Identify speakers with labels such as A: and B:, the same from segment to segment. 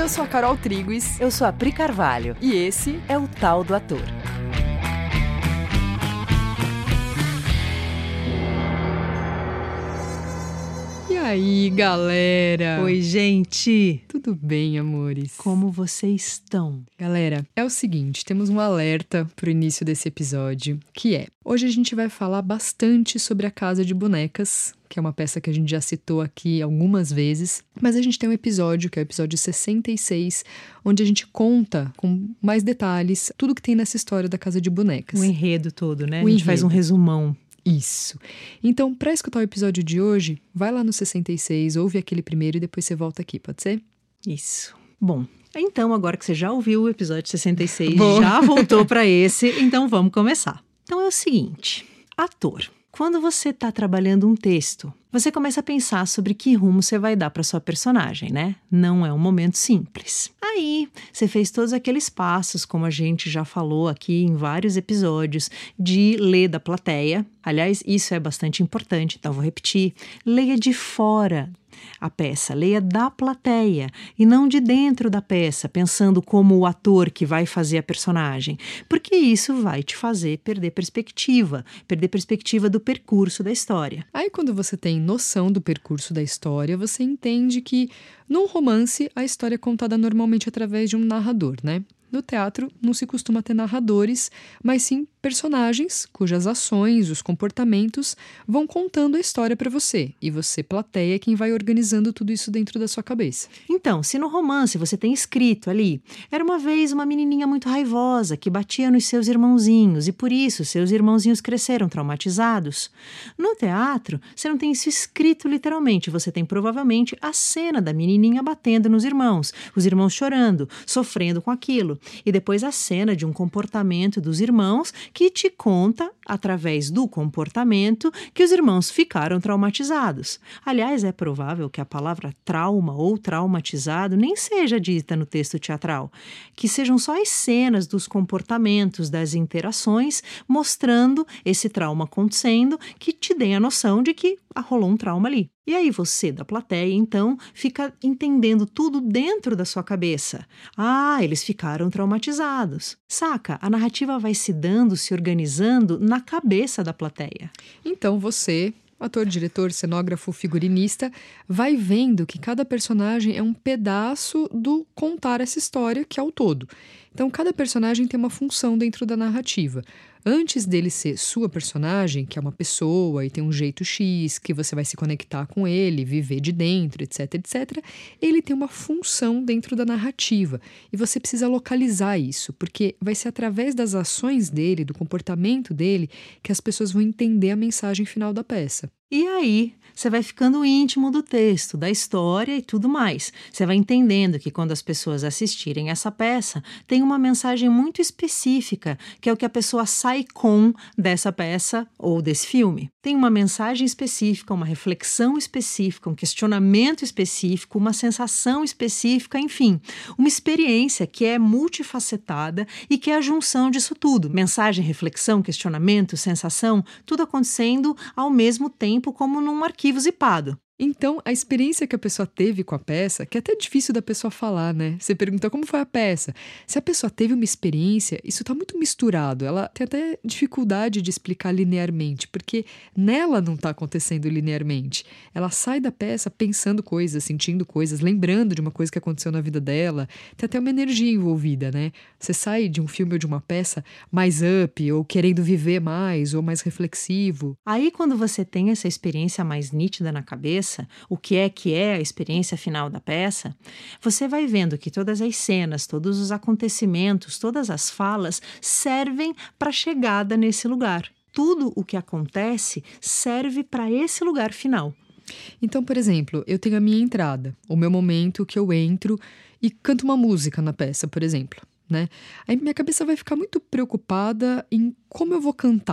A: Eu sou a Carol Triguis.
B: Eu sou a Pri Carvalho.
A: E esse
B: é o Tal do Ator.
A: E aí, galera?
B: Oi, gente!
A: Tudo bem, amores?
B: Como vocês estão?
A: Galera, é o seguinte, temos um alerta pro início desse episódio, que é: hoje a gente vai falar bastante sobre A Casa de Bonecas, que é uma peça que a gente já citou aqui algumas vezes, mas a gente tem um episódio, que é o episódio 66, onde a gente conta com mais detalhes tudo que tem nessa história da Casa de Bonecas.
B: O enredo todo, né? A gente faz um resumão.
A: Isso. Então, para escutar o episódio de hoje, vai lá no 66, ouve aquele primeiro e depois você volta aqui, pode ser?
B: Isso. Bom, então agora que você já ouviu o episódio 66, já voltou para esse, então vamos começar. Então é o seguinte, ator. Quando você está trabalhando um texto, você começa a pensar sobre que rumo você vai dar para sua personagem, né? Não é um momento simples. Aí, você fez todos aqueles passos, como a gente já falou aqui em vários episódios, de ler da plateia. Aliás, isso é bastante importante, então vou repetir. Leia de fora a peça, leia da plateia e não de dentro da peça, pensando como o ator que vai fazer a personagem, porque isso vai te fazer perder perspectiva do percurso da história.
A: Aí quando você tem noção do percurso da história, você entende que num romance a história é contada normalmente através de um narrador, né? No teatro, não se costuma ter narradores, mas sim personagens cujas ações, os comportamentos vão contando a história para você. E você, plateia, é quem vai organizando tudo isso dentro da sua cabeça.
B: Então, se no romance você tem escrito ali: era uma vez uma menininha muito raivosa que batia nos seus irmãozinhos e por isso seus irmãozinhos cresceram traumatizados. No teatro, você não tem isso escrito literalmente, você tem provavelmente a cena da menininha batendo nos irmãos, os irmãos chorando, sofrendo com aquilo. E depois a cena de um comportamento dos irmãos que te conta, através do comportamento, que os irmãos ficaram traumatizados. Aliás, é provável que a palavra trauma ou traumatizado nem seja dita no texto teatral, que sejam só as cenas dos comportamentos, das interações, mostrando esse trauma acontecendo, que te deem a noção de que rolou um trauma ali. E aí você, da plateia, então, fica entendendo tudo dentro da sua cabeça. Ah, eles ficaram traumatizados. Saca? A narrativa vai se dando, se organizando na cabeça da plateia.
A: Então você, ator, diretor, cenógrafo, figurinista, vai vendo que cada personagem é um pedaço do contar essa história, que é o todo. Então, cada personagem tem uma função dentro da narrativa. Antes dele ser sua personagem, que é uma pessoa e tem um jeito X, que você vai se conectar com ele, viver de dentro, etc, etc, ele tem uma função dentro da narrativa. E você precisa localizar isso, porque vai ser através das ações dele, do comportamento dele, que as pessoas vão entender a mensagem final da peça.
B: E aí, você vai ficando íntimo do texto, da história e tudo mais. Você vai entendendo que quando as pessoas assistirem essa peça, tem uma mensagem muito específica, que é o que a pessoa sai com dessa peça ou desse filme. Tem uma mensagem específica, uma reflexão específica, um questionamento específico, uma sensação específica, enfim, uma experiência que é multifacetada e que é a junção disso tudo. Mensagem, reflexão, questionamento, sensação, tudo acontecendo ao mesmo tempo, como num arquivo zipado.
A: Então, a experiência que a pessoa teve com a peça, que é até difícil da pessoa falar, né? Você pergunta como foi a peça. Se a pessoa teve uma experiência, isso tá muito misturado. Ela tem até dificuldade de explicar linearmente, porque nela não tá acontecendo linearmente. Ela sai da peça pensando coisas, sentindo coisas, lembrando de uma coisa que aconteceu na vida dela. Tem até uma energia envolvida, né? Você sai de um filme ou de uma peça mais up, ou querendo viver mais, ou mais reflexivo.
B: Aí, quando você tem essa experiência mais nítida na cabeça, o que é a experiência final da peça, você vai vendo que todas as cenas, todos os acontecimentos, todas as falas servem para a chegada nesse lugar. Tudo o que acontece serve para esse lugar final.
A: Então, por exemplo, eu tenho a minha entrada, o meu momento que eu entro e canto uma música na peça, por exemplo, né? Aí minha cabeça vai ficar muito preocupada em como eu vou cantar.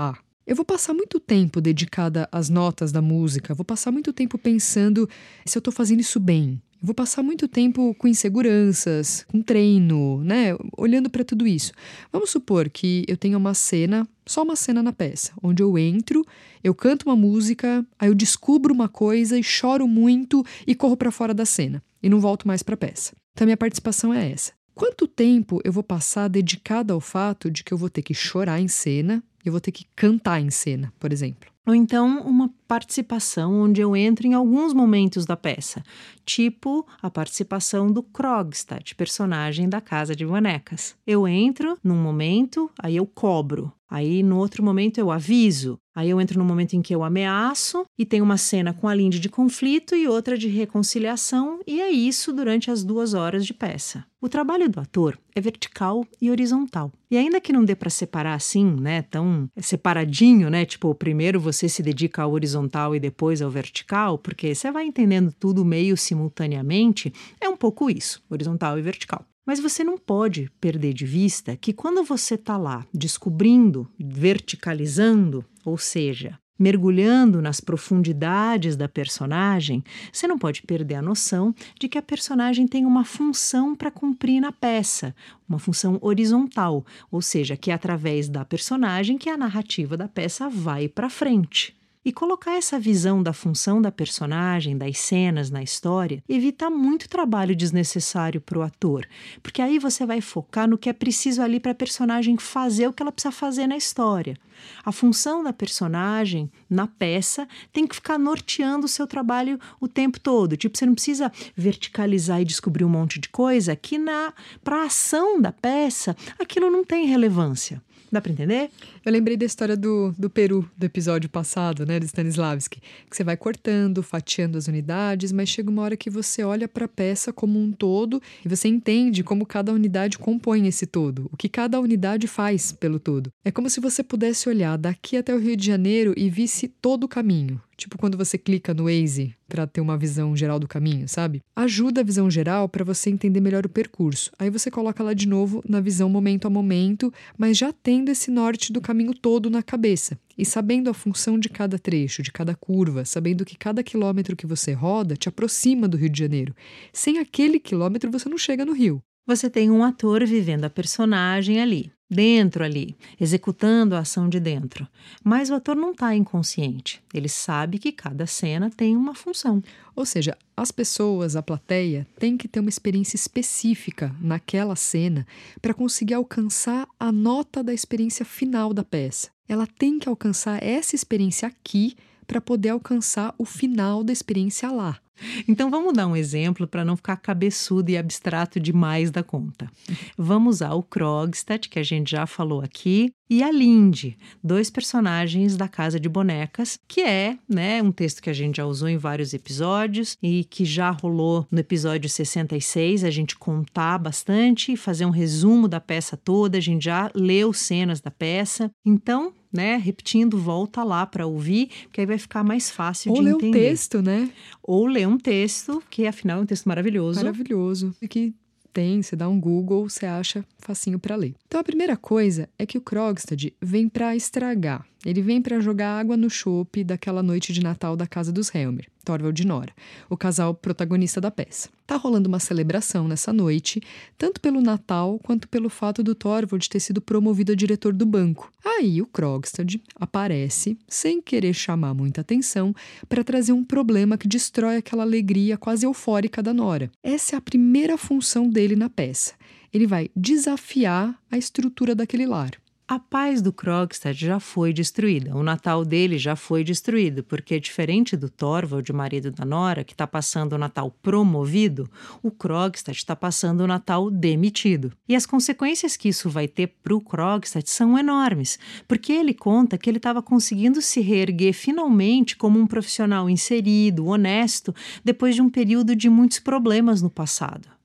A: Eu vou passar muito tempo dedicada às notas da música, vou passar muito tempo pensando se eu estou fazendo isso bem. Eu vou passar muito tempo com inseguranças, com treino, né? Olhando para tudo isso. Vamos supor que eu tenha uma cena, só uma cena na peça, onde eu entro, eu canto uma música, aí eu descubro uma coisa e choro muito e corro para fora da cena e não volto mais para a peça. Então, a minha participação é essa. Quanto tempo eu vou passar dedicada ao fato de que eu vou ter que chorar em cena, eu vou ter que cantar em cena, por exemplo?
B: Ou então uma participação onde eu entro em alguns momentos da peça, tipo a participação do Krogstad, personagem da Casa de Bonecas. Eu entro num momento, aí eu cobro. Aí, no outro momento, eu aviso. Aí eu entro no momento em que eu ameaço e tem uma cena com a Lindy de conflito e outra de reconciliação, e é isso durante as 2 horas de peça. O trabalho do ator é vertical e horizontal. E ainda que não dê para separar assim, né, tão separadinho, né, tipo, primeiro você se dedica ao horizontal e depois ao vertical, porque você vai entendendo tudo meio simultaneamente, é um pouco isso, horizontal e vertical. Mas você não pode perder de vista que quando você está lá descobrindo, verticalizando, ou seja, mergulhando nas profundidades da personagem, você não pode perder a noção de que a personagem tem uma função para cumprir na peça, uma função horizontal, ou seja, que é através da personagem que a narrativa da peça vai para frente. E colocar essa visão da função da personagem, das cenas na história, evita muito trabalho desnecessário para o ator, porque aí você vai focar no que é preciso ali para a personagem fazer o que ela precisa fazer na história. A função da personagem na peça tem que ficar norteando o seu trabalho o tempo todo. Tipo, você não precisa verticalizar e descobrir um monte de coisa que para a ação da peça aquilo não tem relevância. Dá para entender?
A: Eu lembrei da história do Peru, do episódio passado, né, do Stanislavski, que você vai cortando, fatiando as unidades, mas chega uma hora que você olha para a peça como um todo e você entende como cada unidade compõe esse todo, o que cada unidade faz pelo todo. É como se você pudesse olhar daqui até o Rio de Janeiro e visse todo o caminho. Tipo quando você clica no Waze para ter uma visão geral do caminho, sabe? Ajuda a visão geral para você entender melhor o percurso. Aí você coloca lá de novo na visão momento a momento, mas já tendo esse norte do caminho todo na cabeça. E sabendo a função de cada trecho, de cada curva, sabendo que cada quilômetro que você roda te aproxima do Rio de Janeiro. Sem aquele quilômetro você não chega no Rio.
B: Você tem um ator vivendo a personagem ali, dentro ali, executando a ação de dentro. Mas o ator não está inconsciente. Ele sabe que cada cena tem uma função.
A: Ou seja, as pessoas, a plateia, têm que ter uma experiência específica naquela cena para conseguir alcançar a nota da experiência final da peça. Ela tem que alcançar essa experiência aqui para poder alcançar o final da experiência lá.
B: Então vamos dar um exemplo para não ficar cabeçudo e abstrato demais da conta. Vamos usar o Krogstad, que a gente já falou aqui, e a Lindy, 2 personagens da Casa de Bonecas, que é, né, um texto que a gente já usou em vários episódios e que já rolou no episódio 66, a gente contar bastante e fazer um resumo da peça toda, a gente já leu cenas da peça. Então, né, repetindo, volta lá para ouvir, porque aí vai ficar mais fácil de entender.
A: Ou ler um texto, né?
B: Ou ler um texto, que afinal é um texto maravilhoso.
A: Maravilhoso. E que você dá um Google, você acha facinho para ler. Então a primeira coisa é que o Krogstad vem para estragar. Ele vem para jogar água no chope daquela noite de Natal da casa dos Helmer, Thorvald e Nora, o casal protagonista da peça. Tá rolando uma celebração nessa noite, tanto pelo Natal quanto pelo fato do Thorvald ter sido promovido a diretor do banco. Aí o Krogstad aparece, sem querer chamar muita atenção, para trazer um problema que destrói aquela alegria quase eufórica da Nora. Essa é a primeira função dele na peça. Ele vai desafiar a estrutura daquele lar.
B: A paz do Krogstad já foi destruída, o Natal dele já foi destruído, porque diferente do Thorvald, o marido da Nora, que está passando o Natal promovido, o Krogstad está passando o Natal demitido. E as consequências que isso vai ter para o Krogstad são enormes, porque ele conta que ele estava conseguindo se reerguer finalmente como um profissional inserido, honesto, depois de um período de muitos problemas no passado.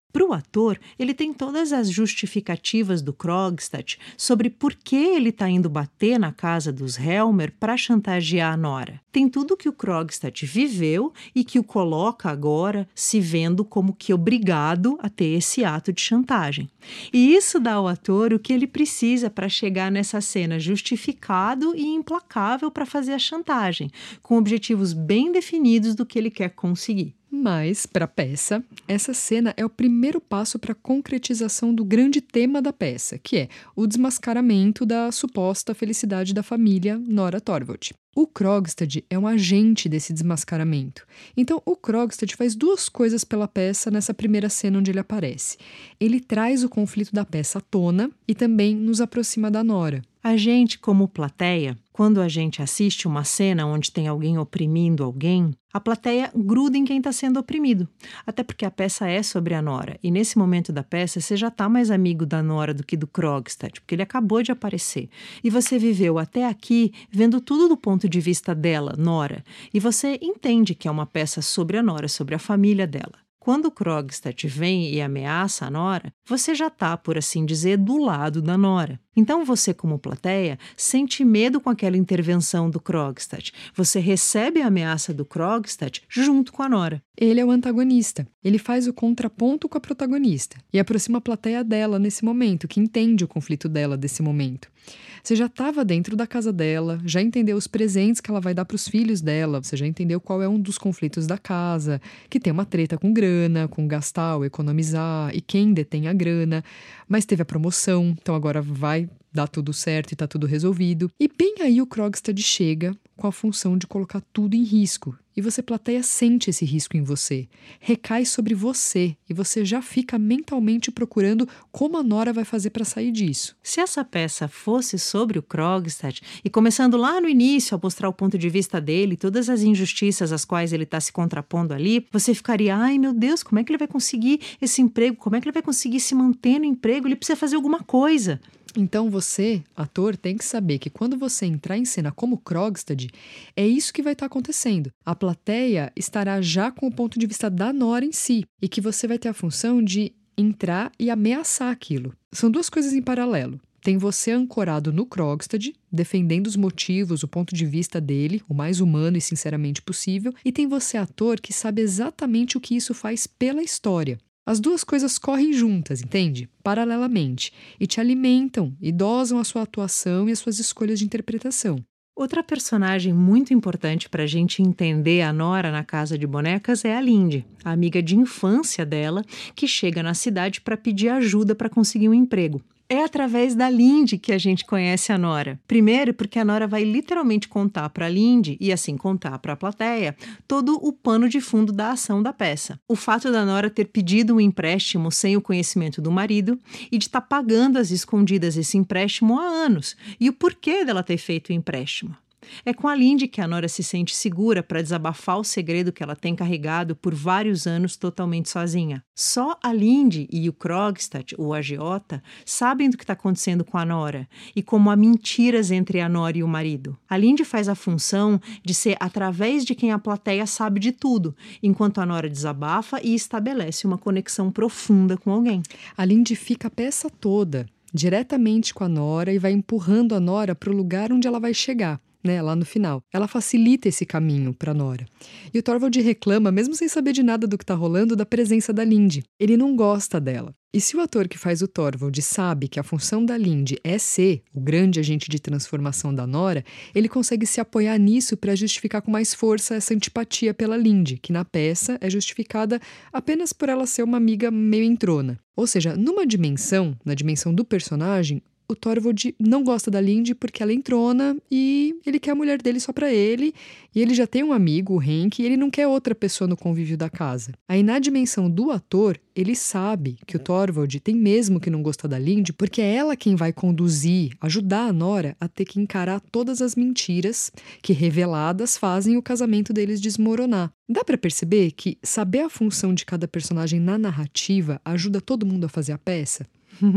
B: Para o ator, ele tem todas as justificativas do Krogstad sobre por que ele está indo bater na casa dos Helmer para chantagear a Nora. Tem tudo que o Krogstad viveu e que o coloca agora se vendo como que obrigado a ter esse ato de chantagem. E isso dá ao ator o que ele precisa para chegar nessa cena justificado e implacável para fazer a chantagem, com objetivos bem definidos do que ele quer conseguir.
A: Mas, para a peça, essa cena é o primeiro passo para a concretização do grande tema da peça, que é o desmascaramento da suposta felicidade da família Nora Thorvald. O Krogstad é um agente desse desmascaramento. Então, o Krogstad faz duas coisas pela peça nessa primeira cena onde ele aparece. Ele traz o conflito da peça à tona e também nos aproxima da Nora.
B: A gente, como plateia, quando a gente assiste uma cena onde tem alguém oprimindo alguém, a plateia gruda em quem está sendo oprimido. Até porque a peça é sobre a Nora. E nesse momento da peça, você já está mais amigo da Nora do que do Krogstad, porque ele acabou de aparecer. E você viveu até aqui vendo tudo do ponto de vista dela, Nora. E você entende que é uma peça sobre a Nora, sobre a família dela. Quando o Krogstad vem e ameaça a Nora, você já está, por assim dizer, do lado da Nora. Então você, como plateia, sente medo com aquela intervenção do Krogstad. Você recebe a ameaça do Krogstad junto com a Nora.
A: Ele é o antagonista. Ele faz o contraponto com a protagonista e aproxima a plateia dela nesse momento, que entende o conflito dela desse momento. Você já estava dentro da casa dela, já entendeu os presentes que ela vai dar para os filhos dela, você já entendeu qual é um dos conflitos da casa, que tem uma treta com grana, com gastar ou economizar e quem detém a grana, mas teve a promoção, então agora vai dar tudo certo e tá tudo resolvido. E bem aí o Krogstad chega com a função de colocar tudo em risco. E você, plateia, sente esse risco em você. Recai sobre você e você já fica mentalmente procurando como a Nora vai fazer para sair disso.
B: Se essa peça fosse sobre o Krogstad e começando lá no início a mostrar o ponto de vista dele, todas as injustiças às quais ele está se contrapondo ali, você ficaria, ai meu Deus, como é que ele vai conseguir esse emprego? Como é que ele vai conseguir se manter no emprego? Ele precisa fazer alguma coisa.
A: Então você, ator, tem que saber que quando você entrar em cena como Krogstad, é isso que vai estar acontecendo. A plateia estará já com o ponto de vista da Nora em si e que você vai ter a função de entrar e ameaçar aquilo. São duas coisas em paralelo. Tem você ancorado no Krogstad, defendendo os motivos, o ponto de vista dele, o mais humano e sinceramente possível, e tem você, ator, que sabe exatamente o que isso faz pela história. As duas coisas correm juntas, entende? Paralelamente, e te alimentam e dosam a sua atuação e as suas escolhas de interpretação.
B: Outra personagem muito importante para a gente entender a Nora na Casa de Bonecas é a Lindy, a amiga de infância dela, que chega na cidade para pedir ajuda para conseguir um emprego. É através da Lindy que a gente conhece a Nora. Primeiro, porque a Nora vai literalmente contar para a Lindy, e assim contar para a plateia, todo o pano de fundo da ação da peça. O fato da Nora ter pedido um empréstimo sem o conhecimento do marido e de estar pagando às escondidas esse empréstimo há anos. E o porquê dela ter feito o empréstimo. É com a Lindy que a Nora se sente segura para desabafar o segredo que ela tem carregado por vários anos totalmente sozinha. Só a Lindy e o Krogstad, o agiota, sabem do que está acontecendo com a Nora e como há mentiras entre a Nora e o marido. A Lindy faz a função de ser através de quem a plateia sabe de tudo, enquanto a Nora desabafa e estabelece uma conexão profunda com alguém.
A: A Lindy fica a peça toda, diretamente com a Nora e vai empurrando a Nora para o lugar onde ela vai chegar. Lá no final. Ela facilita esse caminho para Nora. E o Thorvald reclama, mesmo sem saber de nada do que está rolando, da presença da Lindy. Ele não gosta dela. E se o ator que faz o Thorvald sabe que a função da Lindy é ser o grande agente de transformação da Nora, ele consegue se apoiar nisso para justificar com mais força essa antipatia pela Lindy, que na peça é justificada apenas por ela ser uma amiga meio entrona. Ou seja, numa dimensão, na dimensão do personagem, o Thorvald não gosta da Lindy porque ela é entrona e ele quer a mulher dele só pra ele, e ele já tem um amigo, o Henk, e ele não quer outra pessoa no convívio da casa. Aí na dimensão do ator, ele sabe que o Thorvald tem mesmo que não gostar da Lindy porque é ela quem vai conduzir, ajudar a Nora a ter que encarar todas as mentiras que, reveladas, fazem o casamento deles desmoronar. Dá pra perceber que saber a função de cada personagem na narrativa ajuda todo mundo a fazer a peça?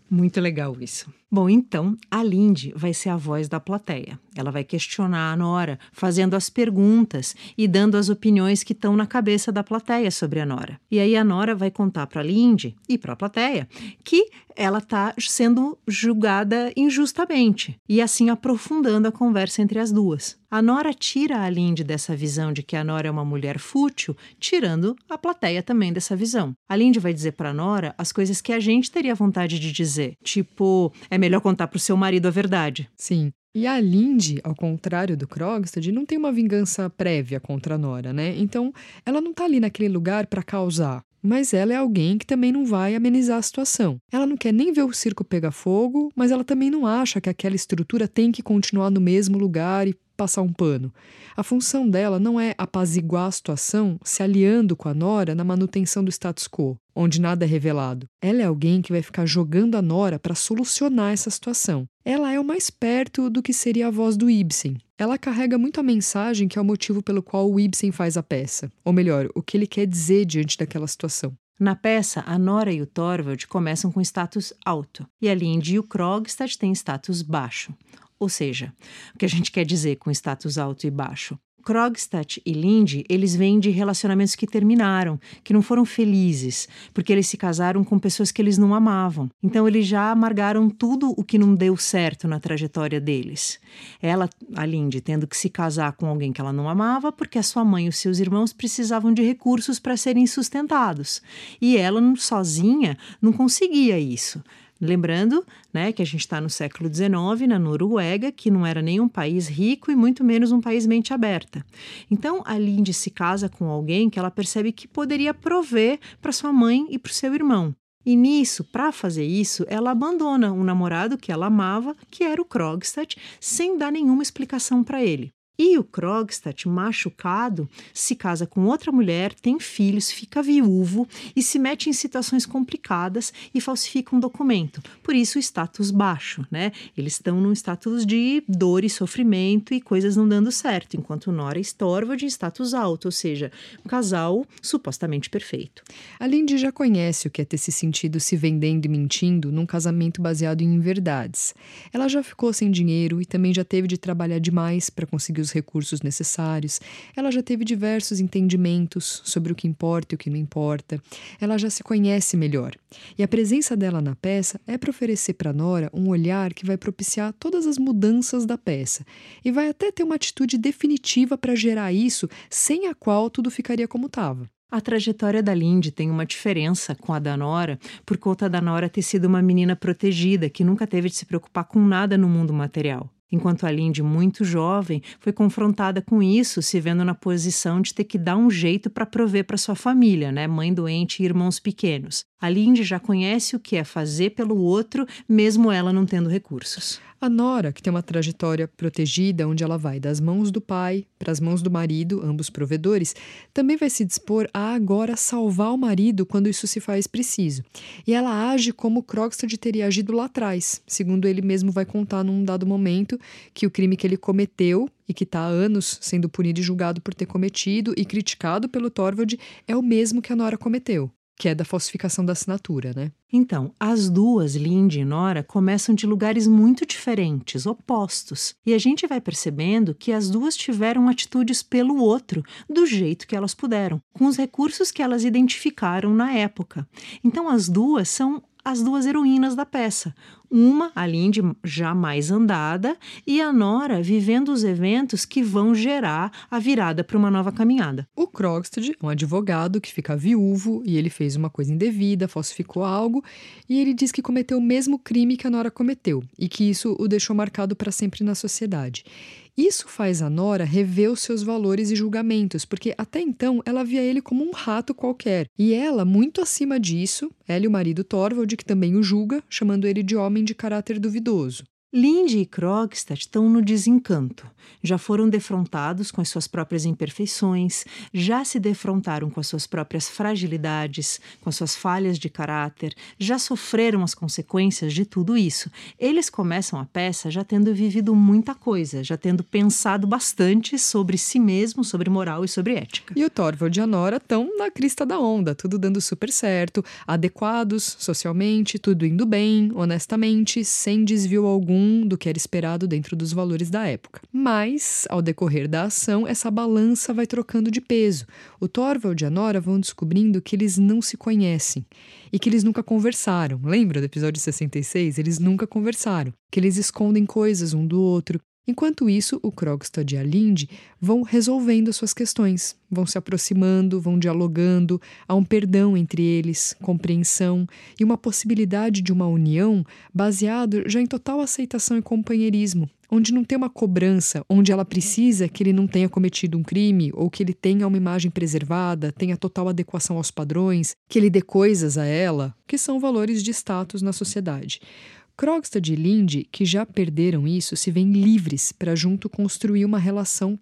B: Muito legal isso. Bom, então, a Lindy vai ser a voz da plateia. Ela vai questionar a Nora, fazendo as perguntas e dando as opiniões que estão na cabeça da plateia sobre a Nora. E aí a Nora vai contar para a Lindy e para a plateia que ela está sendo julgada injustamente e assim aprofundando a conversa entre as duas. A Nora tira a Lindy dessa visão de que a Nora é uma mulher fútil, tirando a plateia também dessa visão. A Lindy vai dizer para a Nora as coisas que a gente teria vontade de dizer, tipo, é melhor contar pro seu marido a verdade.
A: Sim. E a Lindy, ao contrário do Krogstad, não tem uma vingança prévia contra a Nora, né? Então, ela não tá ali naquele lugar para causar. Mas ela é alguém que também não vai amenizar a situação. Ela não quer nem ver o circo pegar fogo, mas ela também não acha que aquela estrutura tem que continuar no mesmo lugar e passar um pano. A função dela não é apaziguar a situação se aliando com a Nora na manutenção do status quo, onde nada é revelado. Ela é alguém que vai ficar jogando a Nora para solucionar essa situação. Ela é o mais perto do que seria a voz do Ibsen. Ela carrega muito a mensagem que é o motivo pelo qual o Ibsen faz a peça. Ou melhor, o que ele quer dizer diante daquela situação.
B: Na peça, a Nora e o Thorvald começam com status alto, e a Lindy e o Krogstad têm status baixo. Ou seja, o que a gente quer dizer com status alto e baixo? Krogstad e Lindy, eles vêm de relacionamentos que terminaram, que não foram felizes, porque eles se casaram com pessoas que eles não amavam. Então, eles já amargaram tudo o que não deu certo na trajetória deles. Ela, a Lindy, tendo que se casar com alguém que ela não amava, porque a sua mãe e os seus irmãos precisavam de recursos para serem sustentados. E ela, sozinha, não conseguia isso. Lembrando, né, que a gente está no século XIX, na Noruega, que não era nem um país rico e muito menos um país mente aberta. Então, a Lindy se casa com alguém que ela percebe que poderia prover para sua mãe e para o seu irmão. E nisso, para fazer isso, ela abandona um namorado que ela amava, que era o Krogstad, sem dar nenhuma explicação para ele. E o Krogstad, machucado, se casa com outra mulher, tem filhos, fica viúvo e se mete em situações complicadas e falsifica um documento. Por isso o status baixo, né? Eles estão num status de dor e sofrimento e coisas não dando certo, enquanto Nora e Thorvald em status alto, ou seja, um casal supostamente perfeito.
A: A Lindy já conhece o que é ter se sentido se vendendo e mentindo num casamento baseado em inverdades. Ela já ficou sem dinheiro e também já teve de trabalhar demais para conseguir os recursos necessários. Ela já teve diversos entendimentos sobre o que importa e o que não importa. Ela já se conhece melhor. E a presença dela na peça é para oferecer para Nora um olhar que vai propiciar todas as mudanças da peça e vai até ter uma atitude definitiva para gerar isso, sem a qual tudo ficaria como estava.
B: A trajetória da Lindy tem uma diferença com a da Nora, por conta da Nora ter sido uma menina protegida, que nunca teve de se preocupar com nada no mundo material. Enquanto a Lindy, muito jovem, foi confrontada com isso, se vendo na posição de ter que dar um jeito para prover para sua família, né? Mãe doente e irmãos pequenos. A Lindy já conhece o que é fazer pelo outro, mesmo ela não tendo recursos.
A: A Nora, que tem uma trajetória protegida, onde ela vai das mãos do pai para as mãos do marido, ambos provedores, também vai se dispor a agora salvar o marido quando isso se faz preciso. E ela age como Krogstad teria agido lá atrás, segundo ele mesmo vai contar num dado momento, que o crime que ele cometeu e que está há anos sendo punido e julgado por ter cometido e criticado pelo Thorvald é o mesmo que a Nora cometeu, que é da falsificação da assinatura, né?
B: Então, as duas, Lindy e Nora, começam de lugares muito diferentes, opostos. E a gente vai percebendo que as duas tiveram atitudes pelo outro, do jeito que elas puderam, com os recursos que elas identificaram na época. Então, as duas são as duas heroínas da peça. Uma, a Lindy, já mais andada, e a Nora vivendo os eventos que vão gerar a virada para uma nova caminhada.
A: O Krogstad é um advogado que fica viúvo e ele fez uma coisa indevida, falsificou algo e ele diz que cometeu o mesmo crime que a Nora cometeu e que isso o deixou marcado para sempre na sociedade. Isso faz a Nora rever os seus valores e julgamentos, porque até então ela via ele como um rato qualquer. E ela, muito acima disso, ela e o marido Thorvald, que também o julga, chamando ele de homem de caráter duvidoso.
B: Lindy e Krogstad estão no desencanto. Já foram defrontados com as suas próprias imperfeições, já se defrontaram com as suas próprias fragilidades, com as suas falhas de caráter, já sofreram as consequências de tudo isso. Eles começam a peça já tendo vivido muita coisa, já tendo pensado bastante sobre si mesmo, sobre moral e sobre ética.
A: E o Thorvald e a Nora estão na crista da onda, tudo dando super certo, adequados socialmente, tudo indo bem, honestamente, sem desvio algum do que era esperado dentro dos valores da época. Mas, ao decorrer da ação, essa balança vai trocando de peso. O Thorvald e a Nora vão descobrindo que eles não se conhecem e que eles nunca conversaram. Lembra do episódio 66? Eles nunca conversaram, que eles escondem coisas um do outro. Enquanto isso, o Krogstad e a Lindy vão resolvendo as suas questões, vão se aproximando, vão dialogando, há um perdão entre eles, compreensão e uma possibilidade de uma união baseado já em total aceitação e companheirismo, onde não tem uma cobrança, onde ela precisa que ele não tenha cometido um crime ou que ele tenha uma imagem preservada, tenha total adequação aos padrões, que ele dê coisas a ela, que são valores de status na sociedade. Krogstad e Lindy, que já perderam isso, se veem livres para junto construir uma relação,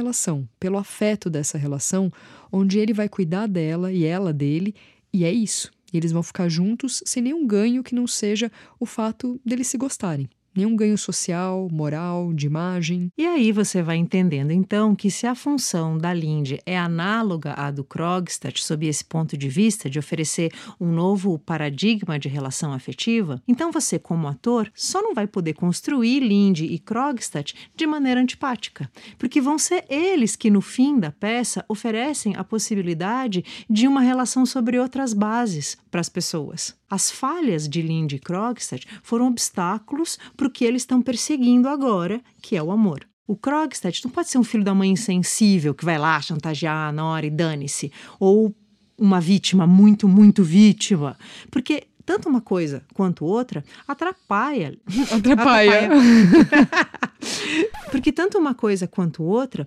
A: pelo afeto dessa relação, onde ele vai cuidar dela e ela dele, e é isso. E eles vão ficar juntos sem nenhum ganho que não seja o fato deles se gostarem. Nenhum ganho social, moral, de imagem.
B: E aí você vai entendendo, então, que se a função da Lindy é análoga à do Krogstad, sob esse ponto de vista, de oferecer um novo paradigma de relação afetiva, então você, como ator, só não vai poder construir Lindy e Krogstad de maneira antipática, porque vão ser eles que, no fim da peça, oferecem a possibilidade de uma relação sobre outras bases para as pessoas. As falhas de Lindy e Krogstad foram obstáculos para o que eles estão perseguindo agora, que é o amor. O Krogstad não pode ser um filho da mãe insensível que vai lá chantagear a Nora e dane-se, ou uma vítima muito, muito vítima, porque tanto uma coisa quanto outra atrapalha. Porque tanto uma coisa quanto outra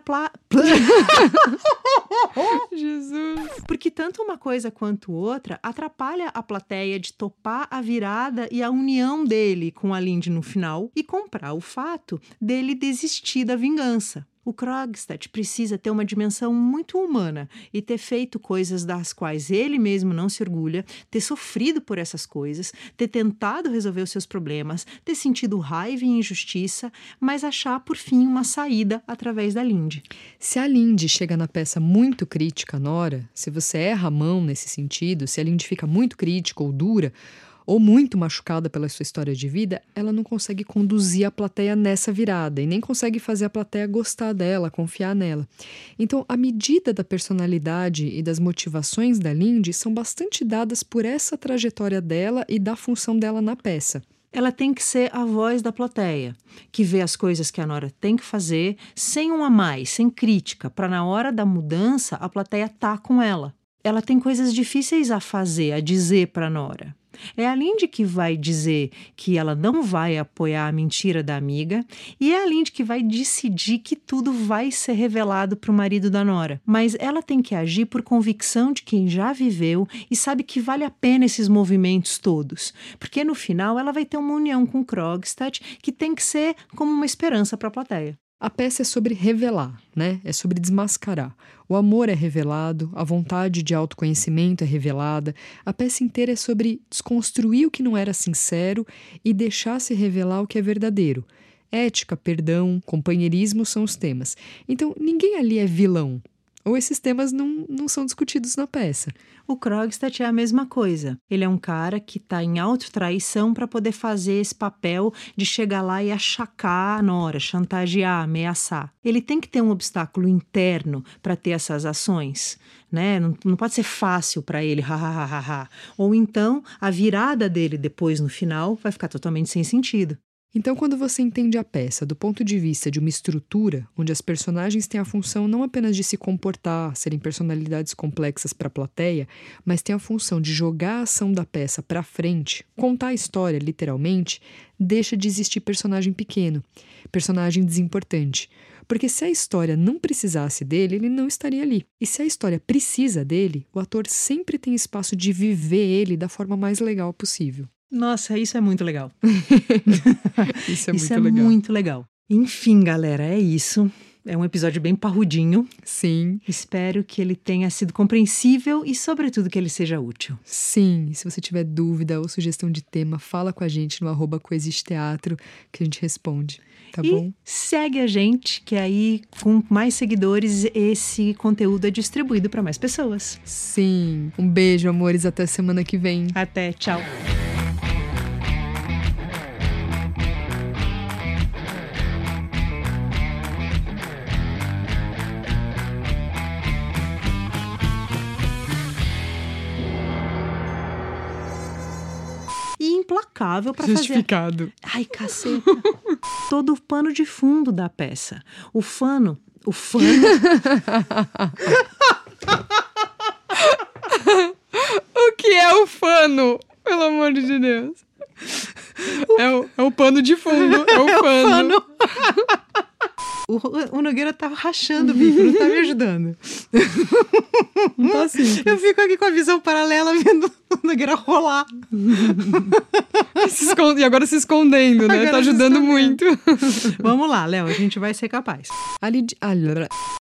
A: Jesus!
B: Porque tanto uma coisa quanto outra atrapalha a plateia de topar a virada e a união dele com a Lindy no final e comprar o fato dele desistir da vingança. O Krogstad precisa ter uma dimensão muito humana e ter feito coisas das quais ele mesmo não se orgulha, ter sofrido por essas coisas, ter tentado resolver os seus problemas, ter sentido raiva e injustiça, mas achar, por fim, uma saída através da Lindy.
A: Se a Lindy chega na peça muito crítica, Nora, se você erra a mão nesse sentido, se a Lindy fica muito crítica ou dura, ou muito machucada pela sua história de vida, ela não consegue conduzir a plateia nessa virada e nem consegue fazer a plateia gostar dela, confiar nela. Então, a medida da personalidade e das motivações da Lindy são bastante dadas por essa trajetória dela e da função dela na peça.
B: Ela tem que ser a voz da plateia, que vê as coisas que a Nora tem que fazer sem um a mais, sem crítica, para na hora da mudança a plateia tá com ela. Ela tem coisas difíceis a fazer, a dizer para a Nora. É a Lindy que vai dizer que ela não vai apoiar a mentira da amiga e é a Lindy que vai decidir que tudo vai ser revelado para o marido da Nora. Mas ela tem que agir por convicção de quem já viveu e sabe que vale a pena esses movimentos todos. Porque no final ela vai ter uma união com Krogstad que tem que ser como uma esperança para a plateia.
A: A peça é sobre revelar, né? É sobre desmascarar. O amor é revelado, a vontade de autoconhecimento é revelada. A peça inteira é sobre desconstruir o que não era sincero e deixar se revelar o que é verdadeiro. Ética, perdão, companheirismo são os temas. Então, ninguém ali é vilão. Ou esses temas não são discutidos na peça.
B: O Krogstad é a mesma coisa. Ele é um cara que está em autotraição para poder fazer esse papel de chegar lá e achacar a Nora, chantagear, ameaçar. Ele tem que ter um obstáculo interno para ter essas ações, né? Não pode ser fácil para ele, Ou então, a virada dele depois, no final, vai ficar totalmente sem sentido.
A: Então, quando você entende a peça do ponto de vista de uma estrutura, onde as personagens têm a função não apenas de se comportar, serem personalidades complexas para a plateia, mas têm a função de jogar a ação da peça para frente, contar a história, literalmente, deixa de existir personagem pequeno, personagem desimportante. Porque se a história não precisasse dele, ele não estaria ali. E se a história precisa dele, o ator sempre tem espaço de viver ele da forma mais legal possível.
B: Nossa, isso é muito legal.
A: Isso é
B: Isso
A: muito legal.
B: muito legal. Enfim, galera, é isso. É um episódio bem parrudinho.
A: Sim.
B: Espero que ele tenha sido compreensível e, sobretudo, que ele seja útil.
A: Sim, se você tiver dúvida ou sugestão de tema, fala com a gente no @coexistteatro que a gente responde, tá bom?
B: E segue a gente, que aí, com mais seguidores, esse conteúdo é distribuído para mais pessoas.
A: Sim. Um beijo, amores. Até semana que vem.
B: Até, tchau. E implacável para fazer...
A: Justificado.
B: Ai, caceta. Todo o pano de fundo da peça. O fano...
A: O que é o fano? Pelo amor de Deus. É o pano de fundo. É o fano.
B: O Nogueira tá rachando o bico, não tá me ajudando.
A: Não tá assim.
B: Eu fico aqui com a visão paralela vendo o Nogueira rolar.
A: E agora se escondendo, né?
B: Agora
A: tá ajudando
B: se escondendo.
A: muito.
B: Vamos lá, Léo, a gente vai ser capaz.